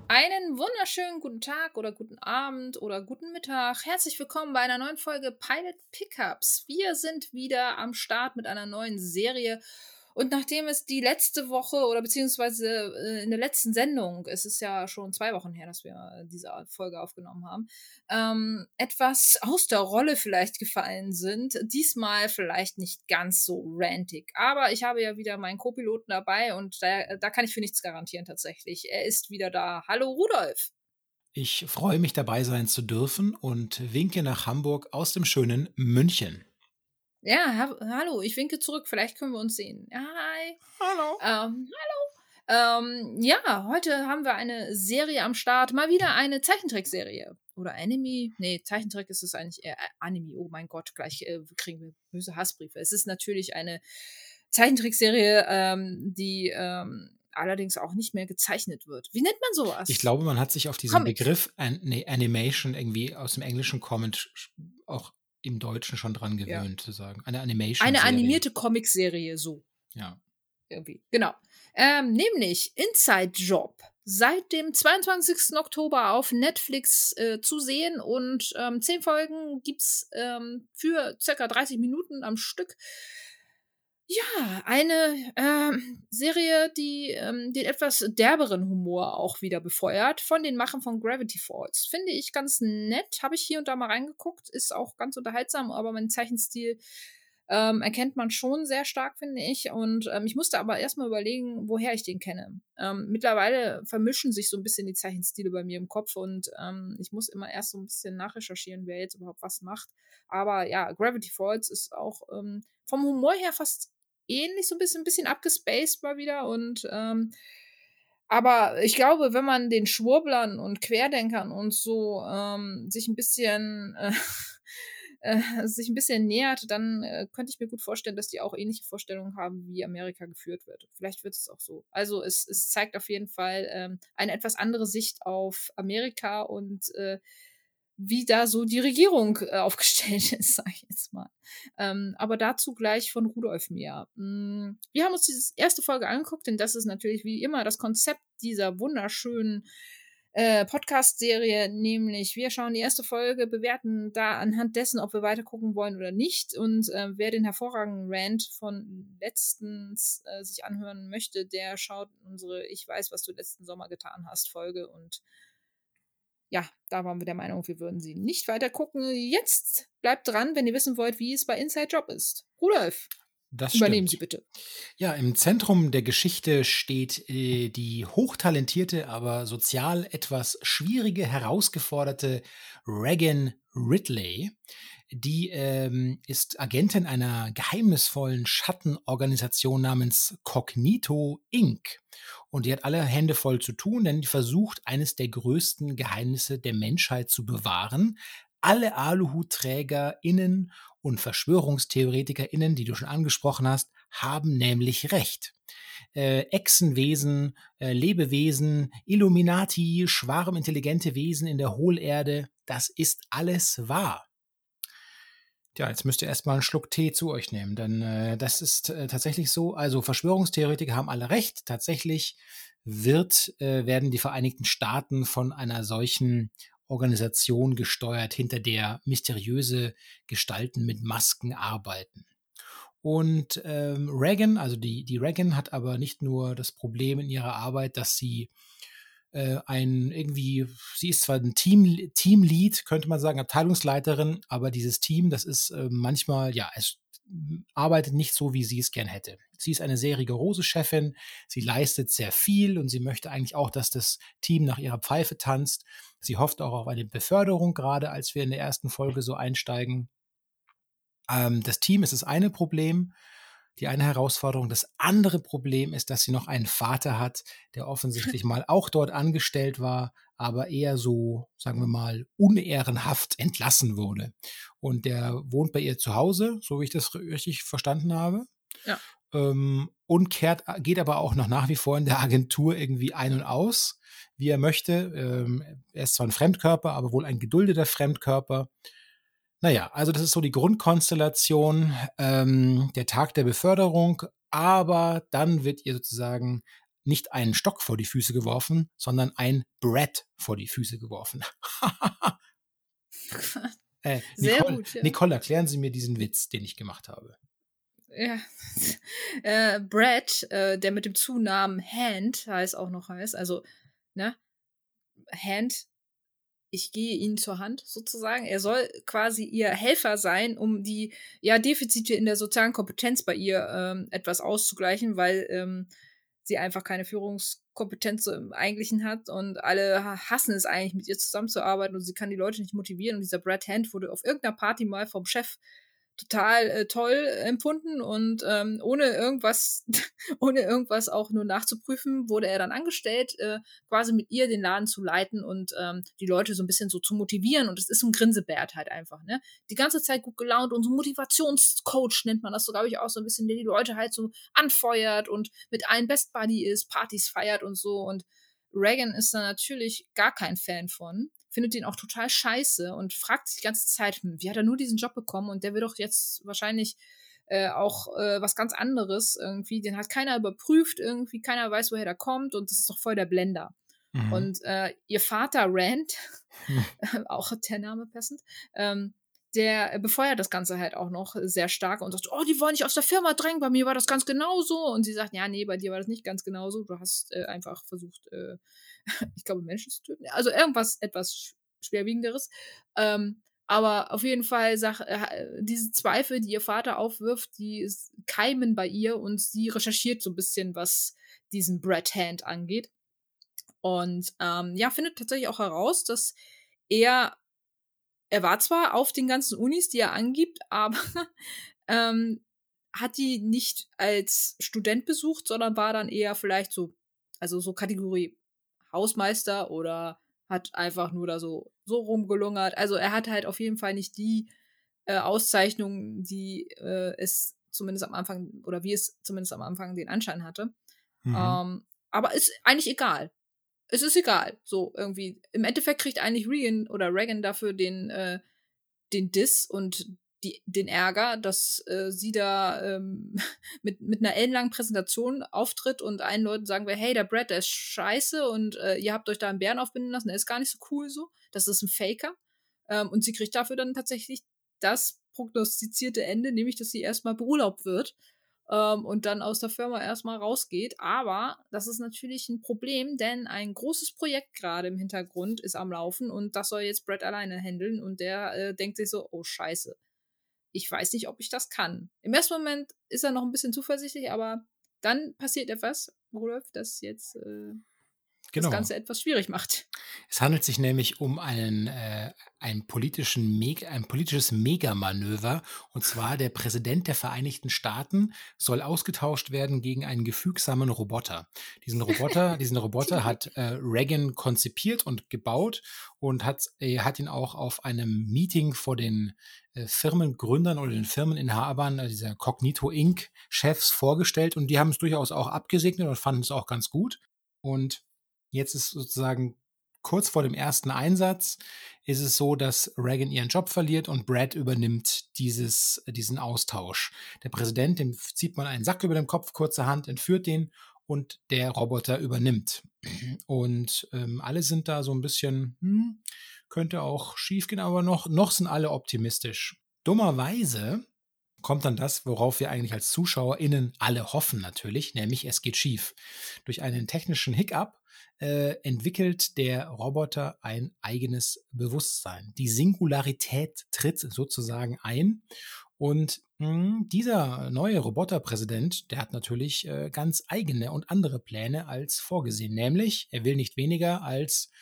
Einen wunderschönen guten Tag oder guten Abend oder guten Mittag. Herzlich willkommen bei einer neuen Folge Pilot Pickups. Wir sind wieder am Start mit einer neuen Serie. Und nachdem es die letzte Woche oder beziehungsweise in der letzten Sendung, es ist ja schon 2 Wochen her, dass wir diese Folge aufgenommen haben, etwas aus der Rolle vielleicht gefallen sind. Diesmal vielleicht nicht ganz so rantig. Aber ich habe ja wieder meinen Co-Piloten dabei und da kann ich für nichts garantieren tatsächlich. Er ist wieder da. Hallo Rudolf. Ich freue mich, dabei sein zu dürfen und winke nach Hamburg aus dem schönen München. Ja, hallo, ich winke zurück. Vielleicht können wir uns sehen. Hi. Hallo. Ja, heute haben wir eine Serie am Start. Mal wieder eine Zeichentrickserie. Oder Anime? Nee, Zeichentrick ist es eigentlich eher Anime. Oh mein Gott, gleich kriegen wir böse Hassbriefe. Es ist natürlich eine Zeichentrickserie, die allerdings auch nicht mehr gezeichnet wird. Wie nennt man sowas? Ich glaube, man hat sich auf diesen Comic. Begriff Animation irgendwie aus dem Englischen kommend auch im Deutschen schon dran Ja. gewöhnt, zu sagen. Eine Animation-Serie. animierte Comicserie, so. Ja. Irgendwie. Genau. Nämlich Inside Job. Seit dem 22. Oktober auf Netflix zu sehen und 10 Folgen gibt's für circa 30 Minuten am Stück. Ja, eine Serie, die den etwas derberen Humor auch wieder befeuert, von den Machern von Gravity Falls. Finde ich ganz nett. Habe ich hier und da mal reingeguckt. Ist auch ganz unterhaltsam, aber mein Zeichenstil erkennt man schon sehr stark, finde ich. Und ich musste aber erstmal überlegen, woher ich den kenne. Mittlerweile vermischen sich so ein bisschen die Zeichenstile bei mir im Kopf und ich muss immer erst so ein bisschen nachrecherchieren, wer jetzt überhaupt was macht. Aber ja, Gravity Falls ist auch vom Humor her fast ähnlich, so ein bisschen abgespaced mal wieder. Und aber ich glaube, wenn man den Schwurblern und Querdenkern und so sich ein bisschen nähert, dann könnte ich mir gut vorstellen, dass die auch ähnliche Vorstellungen haben, wie Amerika geführt wird. Vielleicht wird es auch so. Also es zeigt auf jeden Fall eine etwas andere Sicht auf Amerika und wie da so die Regierung aufgestellt ist, sag ich jetzt mal. Aber dazu gleich von Rudolf mehr. Wir haben uns diese erste Folge angeguckt, denn das ist natürlich wie immer das Konzept dieser wunderschönen Podcast-Serie, nämlich wir schauen die erste Folge, bewerten da anhand dessen, ob wir weiter gucken wollen oder nicht. Und wer den hervorragenden Rant von letztens sich anhören möchte, der schaut unsere Ich weiß, was du letzten Sommer getan hast Folge. Und ja, da waren wir der Meinung, wir würden sie nicht weiter gucken. Jetzt bleibt dran, wenn ihr wissen wollt, wie es bei Inside Job ist. Rudolf, Das übernehmen stimmt. Sie bitte. Ja, im Zentrum der Geschichte steht die hochtalentierte, aber sozial etwas schwierige, herausgeforderte Regan Ridley. Die ist Agentin einer geheimnisvollen Schattenorganisation namens Cognito Inc. Und die hat alle Hände voll zu tun, denn die versucht, eines der größten Geheimnisse der Menschheit zu bewahren. Alle AluhutträgerInnen und VerschwörungstheoretikerInnen, die du schon angesprochen hast, haben nämlich recht. Echsenwesen, Lebewesen, Illuminati, schwarmintelligente Wesen in der Hohlerde, das ist alles wahr. Ja, jetzt müsst ihr erstmal einen Schluck Tee zu euch nehmen, denn das ist tatsächlich so. Also Verschwörungstheoretiker haben alle recht. Tatsächlich werden die Vereinigten Staaten von einer solchen Organisation gesteuert, hinter der mysteriöse Gestalten mit Masken arbeiten. Und Reagan, also die Reagan hat aber nicht nur das Problem in ihrer Arbeit, dass sie sie ist zwar ein Teamlead, könnte man sagen, Abteilungsleiterin, aber dieses Team, das ist manchmal, ja, es arbeitet nicht so, wie sie es gern hätte. Sie ist eine sehr rigorose Chefin, sie leistet sehr viel und sie möchte eigentlich auch, dass das Team nach ihrer Pfeife tanzt. Sie hofft auch auf eine Beförderung, gerade als wir in der ersten Folge so einsteigen. Das Team ist das eine Problem, die eine Herausforderung. Das andere Problem ist, dass sie noch einen Vater hat, der offensichtlich mal auch dort angestellt war, aber eher so, sagen wir mal, unehrenhaft entlassen wurde. Und der wohnt bei ihr zu Hause, so wie ich das richtig verstanden habe. Ja. Und geht aber auch noch nach wie vor in der Agentur irgendwie ein und aus, wie er möchte. Er ist zwar ein Fremdkörper, aber wohl ein geduldeter Fremdkörper. Naja, also das ist so die Grundkonstellation, der Tag der Beförderung, aber dann wird ihr sozusagen nicht einen Stock vor die Füße geworfen, sondern ein Brett vor die Füße geworfen. Sehr gut, ja. Nicole, erklären Sie mir diesen Witz, den ich gemacht habe. Ja. Brad, der mit dem Zunamen Hand heißt, also, ne, Hand, ich gehe ihnen zur Hand sozusagen. Er soll quasi ihr Helfer sein, um die Defizite in der sozialen Kompetenz bei ihr etwas auszugleichen, weil sie einfach keine Führungskompetenz so im Eigentlichen hat und alle hassen es eigentlich, mit ihr zusammenzuarbeiten und sie kann die Leute nicht motivieren. Und dieser Brad Hand wurde auf irgendeiner Party mal vom Chef total toll empfunden und ohne irgendwas, ohne irgendwas auch nur nachzuprüfen, wurde er dann angestellt, quasi mit ihr den Laden zu leiten und die Leute so ein bisschen so zu motivieren. Und es ist so ein Grinsebert halt einfach, ne? Die ganze Zeit gut gelaunt und so ein Motivationscoach nennt man das so, glaube ich, auch so ein bisschen, der die Leute halt so anfeuert und mit allen Best Buddy ist, Partys feiert und so. Und Reagan ist da natürlich gar kein Fan von, findet ihn auch total scheiße und fragt sich die ganze Zeit, wie hat er nur diesen Job bekommen und der will doch jetzt wahrscheinlich auch was ganz anderes irgendwie. Den hat keiner überprüft irgendwie, keiner weiß, woher der kommt und das ist doch voll der Blender. Mhm. Und ihr Vater Rand, auch der Name passend, der befeuert das Ganze halt auch noch sehr stark und sagt, oh, die wollen dich aus der Firma drängen, bei mir war das ganz genauso. Und sie sagt, ja, nee, bei dir war das nicht ganz genauso. Du hast einfach versucht, ich glaube, Menschen zu töten. Also irgendwas etwas Schwerwiegenderes. Aber auf jeden Fall diese Zweifel, die ihr Vater aufwirft, die keimen bei ihr und sie recherchiert so ein bisschen, was diesen Brad Hand angeht. Und findet tatsächlich auch heraus, dass er war zwar auf den ganzen Unis, die er angibt, aber hat die nicht als Student besucht, sondern war dann eher vielleicht so Kategorie Hausmeister oder hat einfach nur da so rumgelungert. Also er hat halt auf jeden Fall nicht die Auszeichnung, die es zumindest am Anfang, oder wie es zumindest am Anfang den Anschein hatte. Mhm. Aber ist eigentlich egal. Es ist egal. So, irgendwie. Im Endeffekt kriegt eigentlich Reagan dafür den Diss und den Ärger, dass sie da mit einer ellenlangen Präsentation auftritt und allen Leuten sagen wir, hey, der Brad, der ist scheiße und ihr habt euch da einen Bären aufbinden lassen, der ist gar nicht so cool so. Das ist ein Faker. Und sie kriegt dafür dann tatsächlich das prognostizierte Ende, nämlich, dass sie erstmal beurlaubt wird und dann aus der Firma erstmal rausgeht. Aber das ist natürlich ein Problem, denn ein großes Projekt gerade im Hintergrund ist am Laufen und das soll jetzt Brad alleine handeln und der denkt sich so, oh Scheiße, ich weiß nicht, ob ich das kann. Im ersten Moment ist er noch ein bisschen zuversichtlich, aber dann passiert etwas, Rudolf, das jetzt das Genau. Ganze etwas schwierig macht. Es handelt sich nämlich um ein politisches Megamanöver. Und zwar der Präsident der Vereinigten Staaten soll ausgetauscht werden gegen einen gefügsamen Roboter. Diesen Roboter hat Reagan konzipiert und gebaut und hat ihn auch auf einem Meeting vor den Firmengründern oder den Firmeninhabern dieser Cognito Inc. Chefs vorgestellt. Und die haben es durchaus auch abgesegnet und fanden es auch ganz gut. Und jetzt ist sozusagen kurz vor dem ersten Einsatz ist es so, dass Reagan ihren Job verliert und Brad übernimmt diesen Austausch. Der Präsident, dem zieht man einen Sack über den Kopf, kurzerhand entführt den und der Roboter übernimmt. Und alle sind da so ein bisschen, könnte auch schief gehen, aber noch sind alle optimistisch. Dummerweise kommt dann das, worauf wir eigentlich als ZuschauerInnen alle hoffen natürlich, nämlich es geht schief. Durch einen technischen Hiccup entwickelt der Roboter ein eigenes Bewusstsein. Die Singularität tritt sozusagen ein und dieser neue Roboterpräsident, der hat natürlich ganz eigene und andere Pläne als vorgesehen. Nämlich, er will nicht weniger als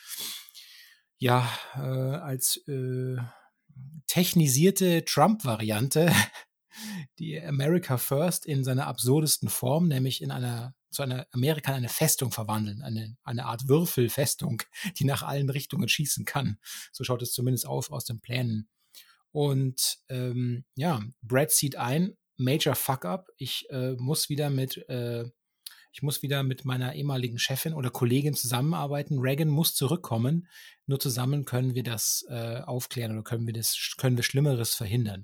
technisierte Trump-Variante die America First in seiner absurdesten Form, nämlich zu einer Amerika in eine Festung verwandeln, eine Art Würfelfestung, die nach allen Richtungen schießen kann. So schaut es zumindest aus den Plänen. Und Brad sieht ein, Major Fuck-up, ich muss wieder mit meiner ehemaligen Chefin oder Kollegin zusammenarbeiten. Reagan muss zurückkommen. Nur zusammen können wir das aufklären oder können wir Schlimmeres verhindern.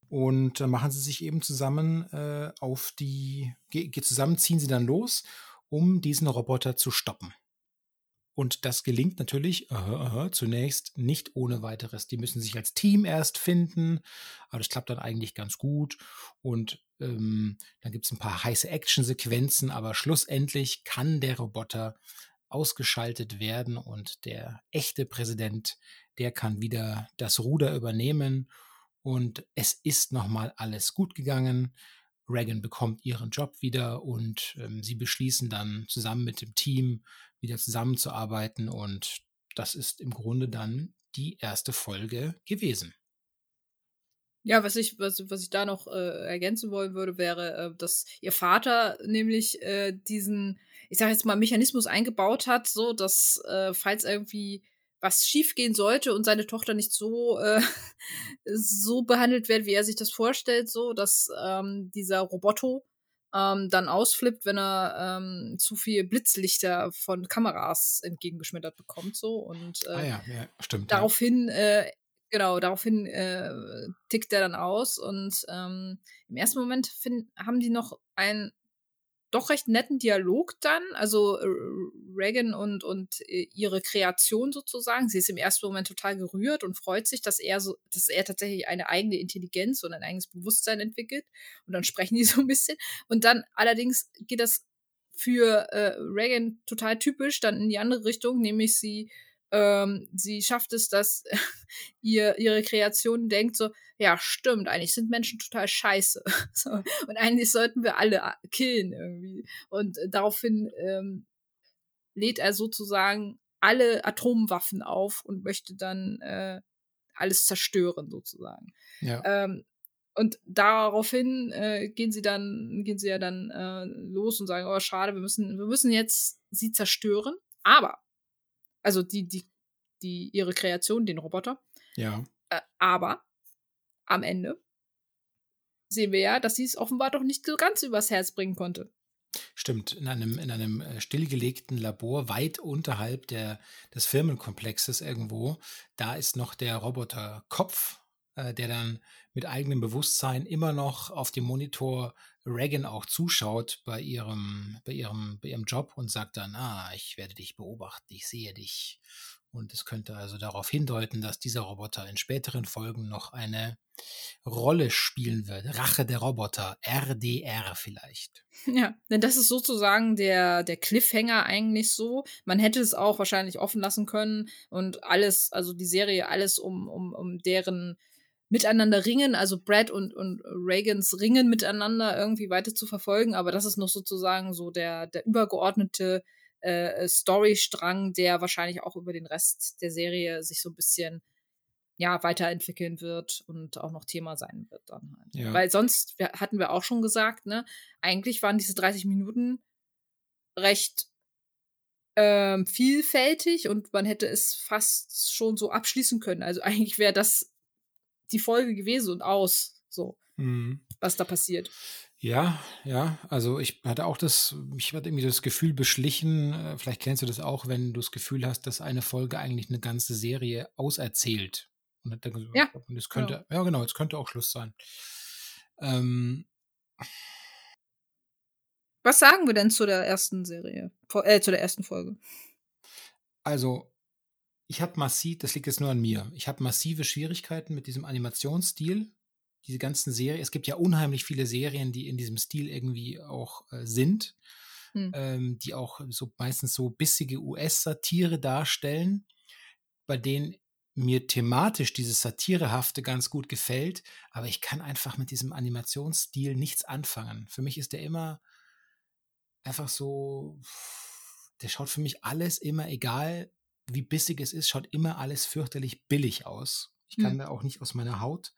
Und dann machen sie sich eben zusammen zusammen ziehen sie dann los um diesen Roboter zu stoppen. Und das gelingt natürlich zunächst nicht ohne weiteres. Die müssen sich als Team erst finden, aber das klappt dann eigentlich ganz gut. Und dann gibt es ein paar heiße Action-Sequenzen, aber schlussendlich kann der Roboter ausgeschaltet werden und der echte Präsident, der kann wieder das Ruder übernehmen. Und es ist nochmal alles gut gegangen. Reagan bekommt ihren Job wieder und sie beschließen dann zusammen mit dem Team wieder zusammenzuarbeiten und das ist im Grunde dann die erste Folge gewesen. Ja, was ich da noch ergänzen wollen würde, wäre, dass ihr Vater nämlich diesen, ich sage jetzt mal, Mechanismus eingebaut hat, so dass falls irgendwie was schiefgehen sollte und seine Tochter nicht so so behandelt wird, wie er sich das vorstellt, so dass dieser Roboto dann ausflippt, wenn er zu viel Blitzlichter von Kameras entgegengeschmettert bekommt, so und Ja, stimmt. daraufhin daraufhin tickt er dann aus und im ersten Moment haben die noch einen doch recht netten Dialog dann, also Reagan und ihre Kreation sozusagen. Sie ist im ersten Moment total gerührt und freut sich, dass er tatsächlich eine eigene Intelligenz und ein eigenes Bewusstsein entwickelt. Und dann sprechen die so ein bisschen. Und dann allerdings geht das für Reagan total typisch dann in die andere Richtung, nämlich sie schafft es, dass ihre Kreation denkt so, ja, stimmt, eigentlich sind Menschen total scheiße. So, und eigentlich sollten wir alle killen irgendwie. Und daraufhin lädt er sozusagen alle Atomwaffen auf und möchte dann alles zerstören, sozusagen. Ja. Und daraufhin gehen sie ja dann los und sagen, oh, schade, wir müssen jetzt sie zerstören. Aber also ihre Kreation, den Roboter. Ja. Aber am Ende sehen wir ja, dass sie es offenbar doch nicht so ganz übers Herz bringen konnte. Stimmt, in einem stillgelegten Labor weit unterhalb des Firmenkomplexes irgendwo, da ist noch der Roboterkopf, der dann mit eigenem Bewusstsein immer noch auf dem Monitor Reagan auch zuschaut bei ihrem Job und sagt dann, ich werde dich beobachten, ich sehe dich. Und es könnte also darauf hindeuten, dass dieser Roboter in späteren Folgen noch eine Rolle spielen wird. Rache der Roboter, RDR vielleicht. Ja, denn das ist sozusagen der Cliffhanger eigentlich so. Man hätte es auch wahrscheinlich offen lassen können und alles, also die Serie, alles um deren Miteinander ringen, also Brad und Reagans Ringen miteinander irgendwie weiter zu verfolgen, aber das ist noch sozusagen so der übergeordnete Storystrang, der wahrscheinlich auch über den Rest der Serie sich so ein bisschen weiterentwickeln wird und auch noch Thema sein wird dann halt. Ja. Weil sonst hatten wir auch schon gesagt, ne, eigentlich waren diese 30 Minuten recht vielfältig und man hätte es fast schon so abschließen können. Also eigentlich wäre das die Folge gewesen und so, was da passiert. Ja, also ich hatte irgendwie das Gefühl beschlichen, vielleicht kennst du das auch, wenn du das Gefühl hast, dass eine Folge eigentlich eine ganze Serie auserzählt. Und dann, Ja, und es könnte, genau, es könnte auch Schluss sein. Was sagen wir denn zu der ersten Serie? Zu der ersten Folge? Also, das liegt jetzt nur an mir. Ich habe massive Schwierigkeiten mit diesem Animationsstil. Diese ganzen Serien, es gibt ja unheimlich viele Serien, die in diesem Stil irgendwie auch sind, die auch so meistens so bissige US-Satire darstellen, bei denen mir thematisch dieses Satirehafte ganz gut gefällt, aber ich kann einfach mit diesem Animationsstil nichts anfangen. Für mich ist der immer einfach so, der schaut für mich alles immer, egal wie bissig es ist, schaut immer alles fürchterlich billig aus. Ich kann da auch nicht aus meiner Haut.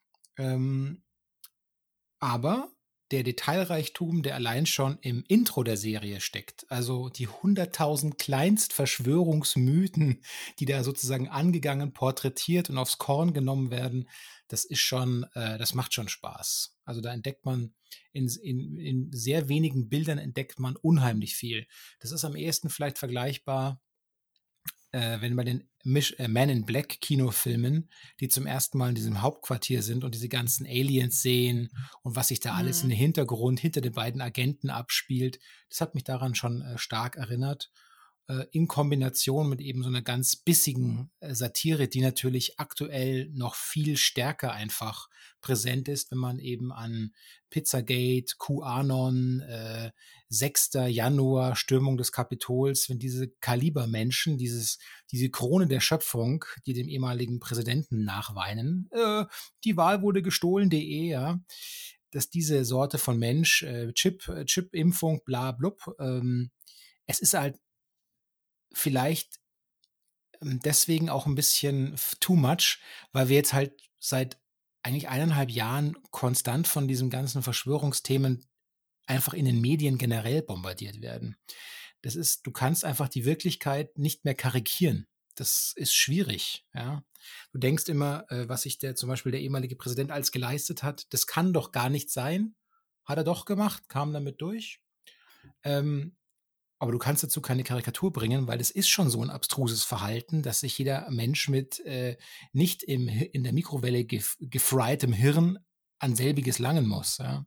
Aber der Detailreichtum, der allein schon im Intro der Serie steckt, also die 100.000 Kleinstverschwörungsmythen, die da sozusagen angegangen, porträtiert und aufs Korn genommen werden, das macht schon Spaß. Also da entdeckt man in sehr wenigen Bildern entdeckt man unheimlich viel. Das ist am ehesten vielleicht vergleichbar wenn bei den Man in Black Kinofilmen, die zum ersten Mal in diesem Hauptquartier sind und diese ganzen Aliens sehen und was sich da alles im Hintergrund hinter den beiden Agenten abspielt, das hat mich daran schon stark erinnert. In Kombination mit eben so einer ganz bissigen Satire, die natürlich aktuell noch viel stärker einfach präsent ist, wenn man eben an Pizzagate, QAnon, 6. Januar, Stürmung des Kapitols, wenn diese Kalibermenschen, diese Krone der Schöpfung, die dem ehemaligen Präsidenten nachweinen, die Wahl wurde gestohlen.de, ja, dass diese Sorte von Mensch, Chip-Impfung, bla blub, es ist halt vielleicht deswegen auch ein bisschen too much, weil wir jetzt halt seit eigentlich 1,5 Jahren konstant von diesen ganzen Verschwörungsthemen einfach in den Medien generell bombardiert werden. Du kannst einfach die Wirklichkeit nicht mehr karikieren. Das ist schwierig, ja. Du denkst immer, was sich zum Beispiel der ehemalige Präsident als geleistet hat, das kann doch gar nicht sein. Hat er doch gemacht, kam damit durch. Aber du kannst dazu keine Karikatur bringen, weil es ist schon so ein abstruses Verhalten, dass sich jeder Mensch mit nicht in der Mikrowelle gefrietem Hirn an selbiges langen muss. Ja,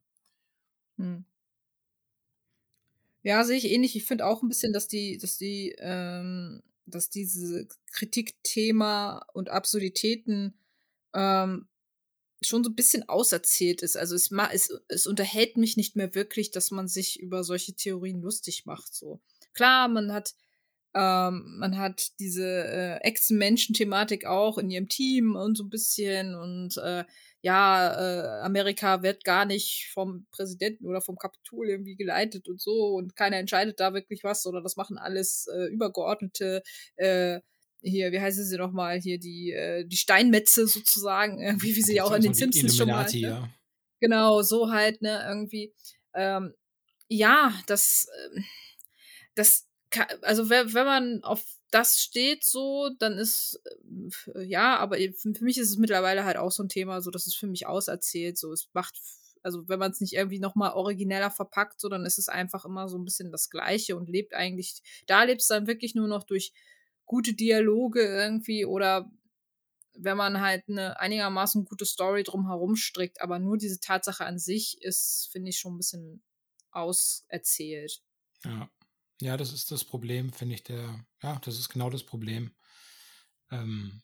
Ja, sehe ich ähnlich. Ich finde auch ein bisschen, dass diese Kritikthema und Absurditäten schon so ein bisschen auserzählt ist. Also es unterhält mich nicht mehr wirklich, dass man sich über solche Theorien lustig macht. So. Klar, man hat diese Echsenmenschen-Thematik auch in ihrem Team und so ein bisschen und Amerika wird gar nicht vom Präsidenten oder vom Kapitol irgendwie geleitet und so und keiner entscheidet da wirklich was, sondern das machen alles übergeordnete hier, wie heißen sie nochmal, hier die Steinmetze sozusagen, wie sie ja auch in den Simpsons schon mal. Ne? Ja. Genau, so halt, ne, irgendwie. Ja, also wenn man auf das steht so, dann ist aber für mich ist es mittlerweile halt auch so ein Thema, so dass es für mich auserzählt, so also wenn man es nicht irgendwie nochmal origineller verpackt, so dann ist es einfach immer so ein bisschen das Gleiche und lebt es dann wirklich nur noch durch gute Dialoge irgendwie oder wenn man halt eine einigermaßen gute Story drumherum strickt, aber nur diese Tatsache an sich ist, finde ich, schon ein bisschen auserzählt. Ja. Ja, das ist das Problem, finde ich. Das ist genau das Problem. Da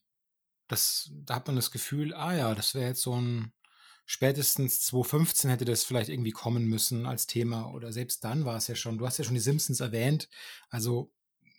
hat man das Gefühl, das wäre jetzt spätestens 2015 hätte das vielleicht irgendwie kommen müssen als Thema oder selbst dann war es ja schon, du hast ja schon die Simpsons erwähnt, also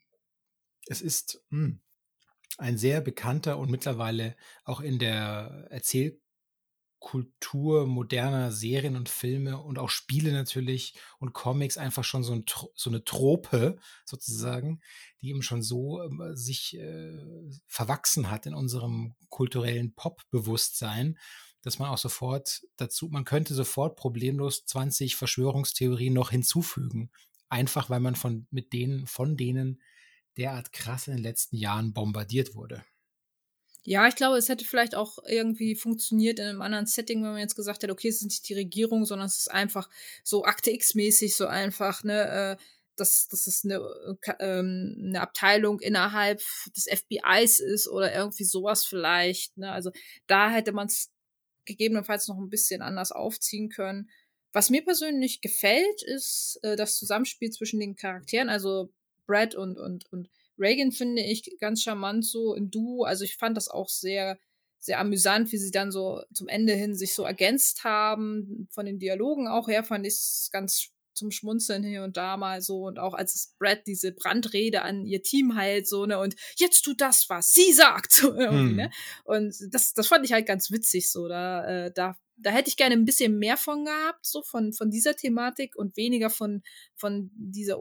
es ist ein sehr bekannter und mittlerweile auch in der Erzählkultur moderner Serien und Filme und auch Spiele natürlich und Comics einfach schon so eine Trope sozusagen, die eben schon so sich verwachsen hat in unserem kulturellen Pop-Bewusstsein, dass man auch man könnte sofort problemlos 20 Verschwörungstheorien noch hinzufügen. Einfach weil man von denen derart krass in den letzten Jahren bombardiert wurde. Ja, ich glaube, es hätte vielleicht auch irgendwie funktioniert in einem anderen Setting, wenn man jetzt gesagt hätte, okay, es ist nicht die Regierung, sondern es ist einfach so Akte X-mäßig, so einfach, ne, dass es eine Abteilung innerhalb des FBIs ist oder irgendwie sowas vielleicht, ne? Also da hätte man es gegebenenfalls noch ein bisschen anders aufziehen können. Was mir persönlich gefällt, ist das Zusammenspiel zwischen den Charakteren, also Brad und Reagan finde ich ganz charmant so im Duo. Also ich fand das auch sehr, sehr amüsant, wie sie dann so zum Ende hin sich so ergänzt haben. Von den Dialogen auch her fand ich es ganz zum Schmunzeln hier und da mal so. Und auch als es Brad diese Brandrede an ihr Team halt so, ne, und jetzt tut das, was sie sagt, so irgendwie, ne? Und das fand ich halt ganz witzig so. Da hätte ich gerne ein bisschen mehr von gehabt, so von dieser Thematik und weniger von dieser,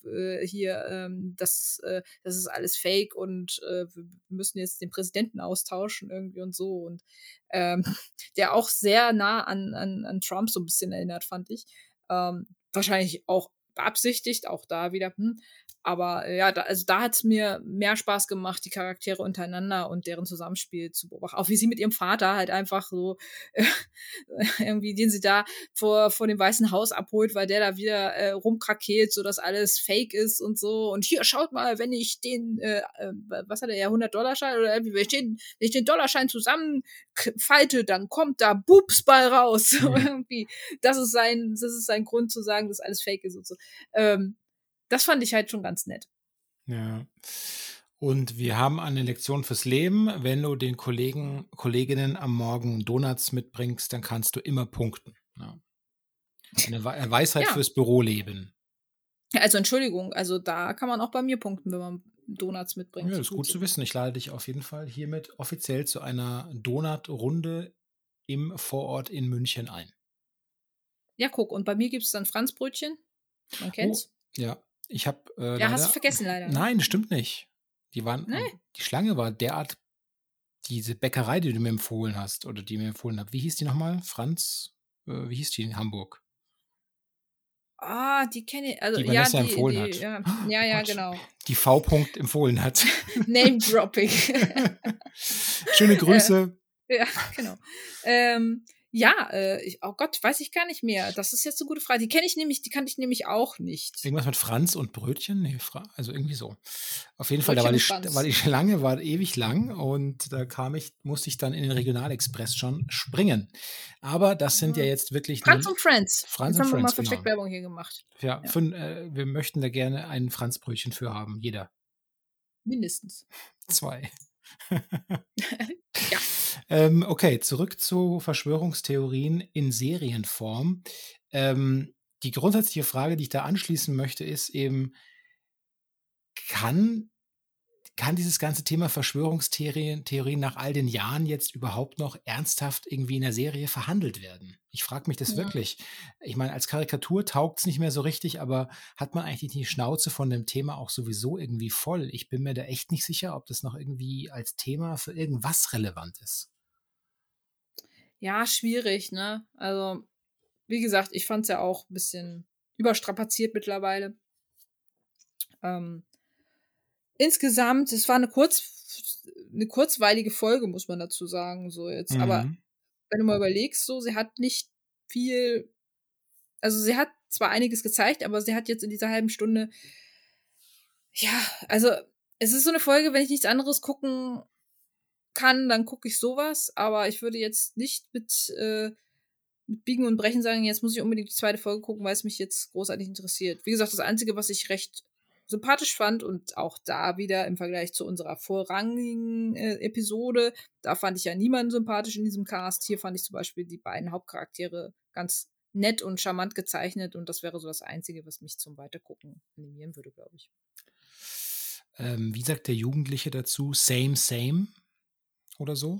das ist alles Fake und wir müssen jetzt den Präsidenten austauschen irgendwie und so. Und der auch sehr nah an Trump so ein bisschen erinnert, fand ich. Wahrscheinlich auch beabsichtigt, auch da wieder, aber ja, da hat es mir mehr Spaß gemacht, die Charaktere untereinander und deren Zusammenspiel zu beobachten. Auch wie sie mit ihrem Vater halt einfach so irgendwie, den sie da vor dem Weißen Haus abholt, weil der da wieder rumkrakeelt, so dass alles fake ist und so. Und hier, schaut mal, wenn ich den, was hat er ja, $100-Schein oder irgendwie, wenn ich den Dollarschein zusammenfalte, dann kommt da Boobsball raus. So irgendwie. Das ist sein Grund zu sagen, dass alles fake ist und so. Das fand ich halt schon ganz nett. Ja. Und wir haben eine Lektion fürs Leben. Wenn du den Kolleginnen am Morgen Donuts mitbringst, dann kannst du immer punkten. Ja. Eine Weisheit fürs Büroleben. Also Entschuldigung, also da kann man auch bei mir punkten, wenn man Donuts mitbringt. Ja, das ist gut zu wissen. Ich lade dich auf jeden Fall hiermit offiziell zu einer Donut-Runde im Vorort in München ein. Ja, guck, und bei mir gibt es dann Franzbrötchen. Man kennt's. Ja, ich habe ja, hast du vergessen leider. Nein, stimmt nicht. Die Schlange war derart, diese Bäckerei, die du mir empfohlen hast, oder die mir empfohlen hat. Wie hieß die nochmal? Wie hieß die in Hamburg? Die kenne ich. Also, die Vanessa empfohlen hat. Ja, genau. Die V-Punkt empfohlen hat. Name-Dropping. Schöne Grüße. Ja, genau. Oh Gott, weiß ich gar nicht mehr. Das ist jetzt eine gute Frage. Die kannte ich nämlich auch nicht. Irgendwas mit Franz und Brötchen? Nee, also irgendwie so. Auf jeden Fall, da war die Schlange ewig lang und da musste ich dann in den Regionalexpress schon springen. Aber das sind ja jetzt wirklich Franz und Friends. Franz und Friends, haben wir mal versteckt Werbung hier gemacht. Ja. Wir möchten da gerne ein Franzbrötchen für haben, jeder. Mindestens. 2. Ja. Okay, zurück zu Verschwörungstheorien in Serienform. Die grundsätzliche Frage, die ich da anschließen möchte, ist eben, kann dieses ganze Thema Verschwörungstheorien nach all den Jahren jetzt überhaupt noch ernsthaft irgendwie in der Serie verhandelt werden? Ich frage mich das wirklich. Ich meine, als Karikatur taugt es nicht mehr so richtig, aber hat man eigentlich die Schnauze von dem Thema auch sowieso irgendwie voll? Ich bin mir da echt nicht sicher, ob das noch irgendwie als Thema für irgendwas relevant ist. Ja, schwierig, ne? Also, wie gesagt, ich fand es ja auch ein bisschen überstrapaziert mittlerweile. Insgesamt, es war eine kurzweilige Folge, muss man dazu sagen, so jetzt. Aber wenn du mal überlegst, so, sie hat nicht viel, also sie hat zwar einiges gezeigt, aber sie hat jetzt in dieser halben Stunde, ja, also es ist so eine Folge, wenn ich nichts anderes gucken kann, dann gucke ich sowas, aber ich würde jetzt nicht mit Biegen und Brechen sagen, jetzt muss ich unbedingt die zweite Folge gucken, weil es mich jetzt großartig interessiert. Wie gesagt, das Einzige, was ich recht sympathisch fand und auch da wieder im Vergleich zu unserer vorrangigen Episode, da fand ich ja niemanden sympathisch in diesem Cast. Hier fand ich zum Beispiel die beiden Hauptcharaktere ganz nett und charmant gezeichnet und das wäre so das Einzige, was mich zum Weitergucken animieren würde, glaube ich. Wie sagt der Jugendliche dazu? Same, same oder so?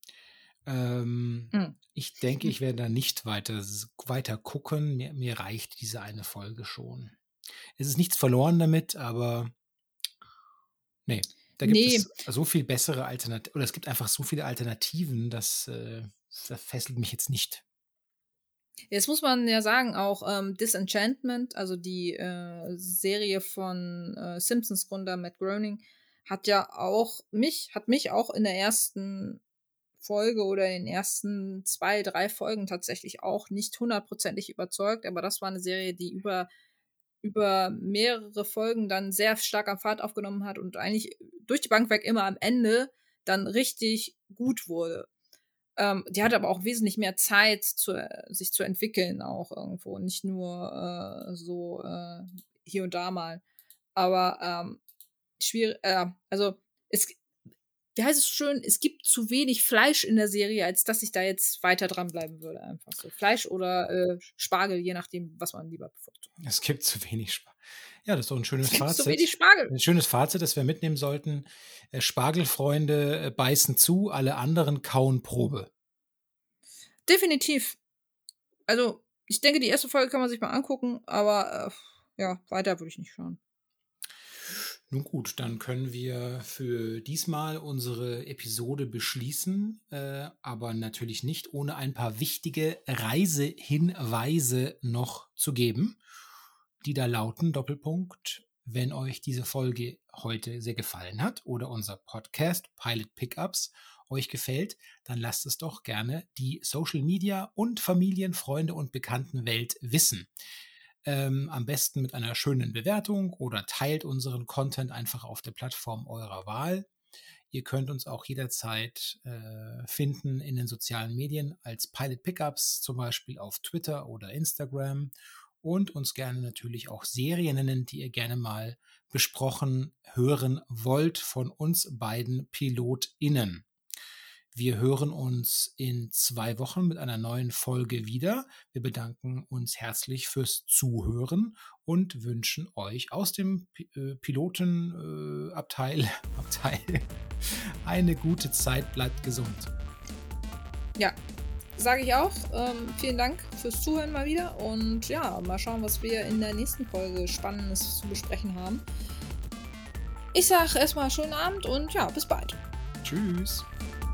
Ich denke, ich werde da nicht weiter gucken. Mir reicht diese eine Folge schon. Es ist nichts verloren damit, aber nee, da gibt es so viel bessere Alternativen, oder es gibt einfach so viele Alternativen, das fesselt mich jetzt nicht. Jetzt muss man ja sagen, auch Disenchantment, also die Serie von Simpsons Gründer Matt Groening, hat mich auch in der ersten Folge oder in den ersten 2, 3 Folgen tatsächlich auch nicht 100%ig überzeugt, aber das war eine Serie, die über mehrere Folgen dann sehr stark an Fahrt aufgenommen hat und eigentlich durch die Bank weg immer am Ende dann richtig gut wurde. Die hat aber auch wesentlich mehr Zeit, sich zu entwickeln auch irgendwo, nicht nur so hier und da mal. Aber schwierig, also wie heißt es schön, es gibt zu wenig Fleisch in der Serie, als dass ich da jetzt weiter dranbleiben würde. Einfach so. Fleisch oder Spargel, je nachdem, was man lieber bevorzugt. Es gibt zu wenig Spargel. Ja, das ist doch ein schönes Fazit. Zu wenig Spargel. Ein schönes Fazit, das wir mitnehmen sollten. Spargelfreunde beißen zu, alle anderen kauen Probe. Definitiv. Also, ich denke, die erste Folge kann man sich mal angucken, aber weiter würde ich nicht schauen. Nun gut, dann können wir für diesmal unsere Episode beschließen, aber natürlich nicht ohne ein paar wichtige Reisehinweise noch zu geben. die da lauten, Doppelpunkt, wenn euch diese Folge heute sehr gefallen hat oder unser Podcast Pilot Pickups euch gefällt, dann lasst es doch gerne die Social Media und Familien, Freunde und Bekanntenwelt wissen. Am besten mit einer schönen Bewertung oder teilt unseren Content einfach auf der Plattform eurer Wahl. Ihr könnt uns auch jederzeit finden in den sozialen Medien als Pilot Pickups, zum Beispiel auf Twitter oder Instagram, und uns gerne natürlich auch Serien nennen, die ihr gerne mal besprochen hören wollt von uns beiden PilotInnen. Wir hören uns in 2 Wochen mit einer neuen Folge wieder. Wir bedanken uns herzlich fürs Zuhören und wünschen euch aus dem Pilotenabteil eine gute Zeit. Bleibt gesund. Ja, sage ich auch. Vielen Dank fürs Zuhören mal wieder. Und ja, mal schauen, was wir in der nächsten Folge Spannendes zu besprechen haben. Ich sage erstmal schönen Abend und ja, bis bald. Tschüss.